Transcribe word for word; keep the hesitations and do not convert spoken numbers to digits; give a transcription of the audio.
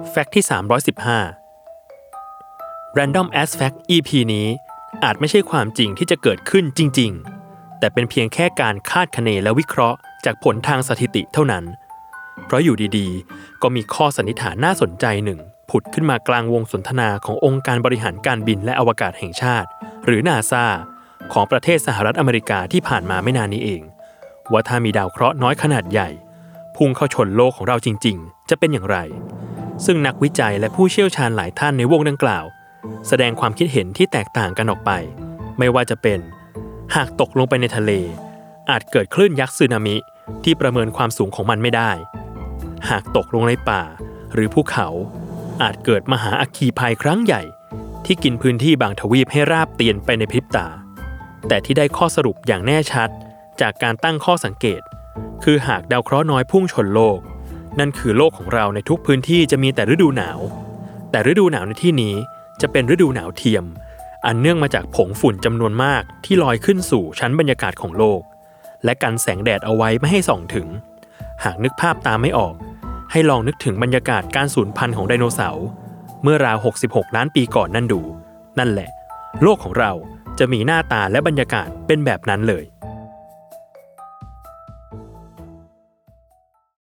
แฟกต์ที่สามร้อยสิบห้า Random as Fact อี พี นี้อาจไม่ใช่ความจริงที่จะเกิดขึ้นจริงๆแต่เป็นเพียงแค่การคาดคะเนและวิเคราะห์จากผลทางสถิติเท่านั้นเพราะอยู่ดีๆก็มีข้อสันนิษฐานน่าสนใจหนึ่งผุดขึ้นมากลางวงสนทนาขององค์การบริหารการบินและอวกาศแห่งชาติหรือ NASA ของประเทศสหรัฐอเมริกาที่ผ่านมาไม่นานนี้เองว่าถ้ามีดาวเคราะห์น้อยขนาดใหญ่พุ่งเข้าชนโลกของเราจริงๆจะเป็นอย่างไรซึ่งนักวิจัยและผู้เชี่ยวชาญหลายท่านในวงดังกล่าวแสดงความคิดเห็นที่แตกต่างกันออกไปไม่ว่าจะเป็นหากตกลงไปในทะเลอาจเกิดคลื่นยักษ์สึนามิที่ประเมินความสูงของมันไม่ได้หากตกลงในป่าหรือภูเขาอาจเกิดมหาอัคคีภัยครั้งใหญ่ที่กินพื้นที่บางทวีปให้ราบเตียนไปในพริบตาแต่ที่ได้ข้อสรุปอย่างแน่ชัดจากการตั้งข้อสังเกตคือหากดาวเคราะห์น้อยพุ่งชนโลกนั่นคือโลกของเราในทุกพื้นที่จะมีแต่ฤดูหนาวแต่ฤดูหนาวในที่นี้จะเป็นฤดูหนาวเทียมอันเนื่องมาจากผงฝุ่นจำนวนมากที่ลอยขึ้นสู่ชั้นบรรยากาศของโลกและกันแสงแดดเอาไว้ไม่ให้ส่องถึงหากนึกภาพตามไม่ออกให้ลองนึกถึงบรรยากาศการสูญพันธุ์ของไดโนเสาร์เมื่อราวหกสิบหกล้านปีก่อนนั่นดูนั่นแหละโลกของเราจะมีหน้าตาและบรรยากาศเป็นแบบนั้นเลย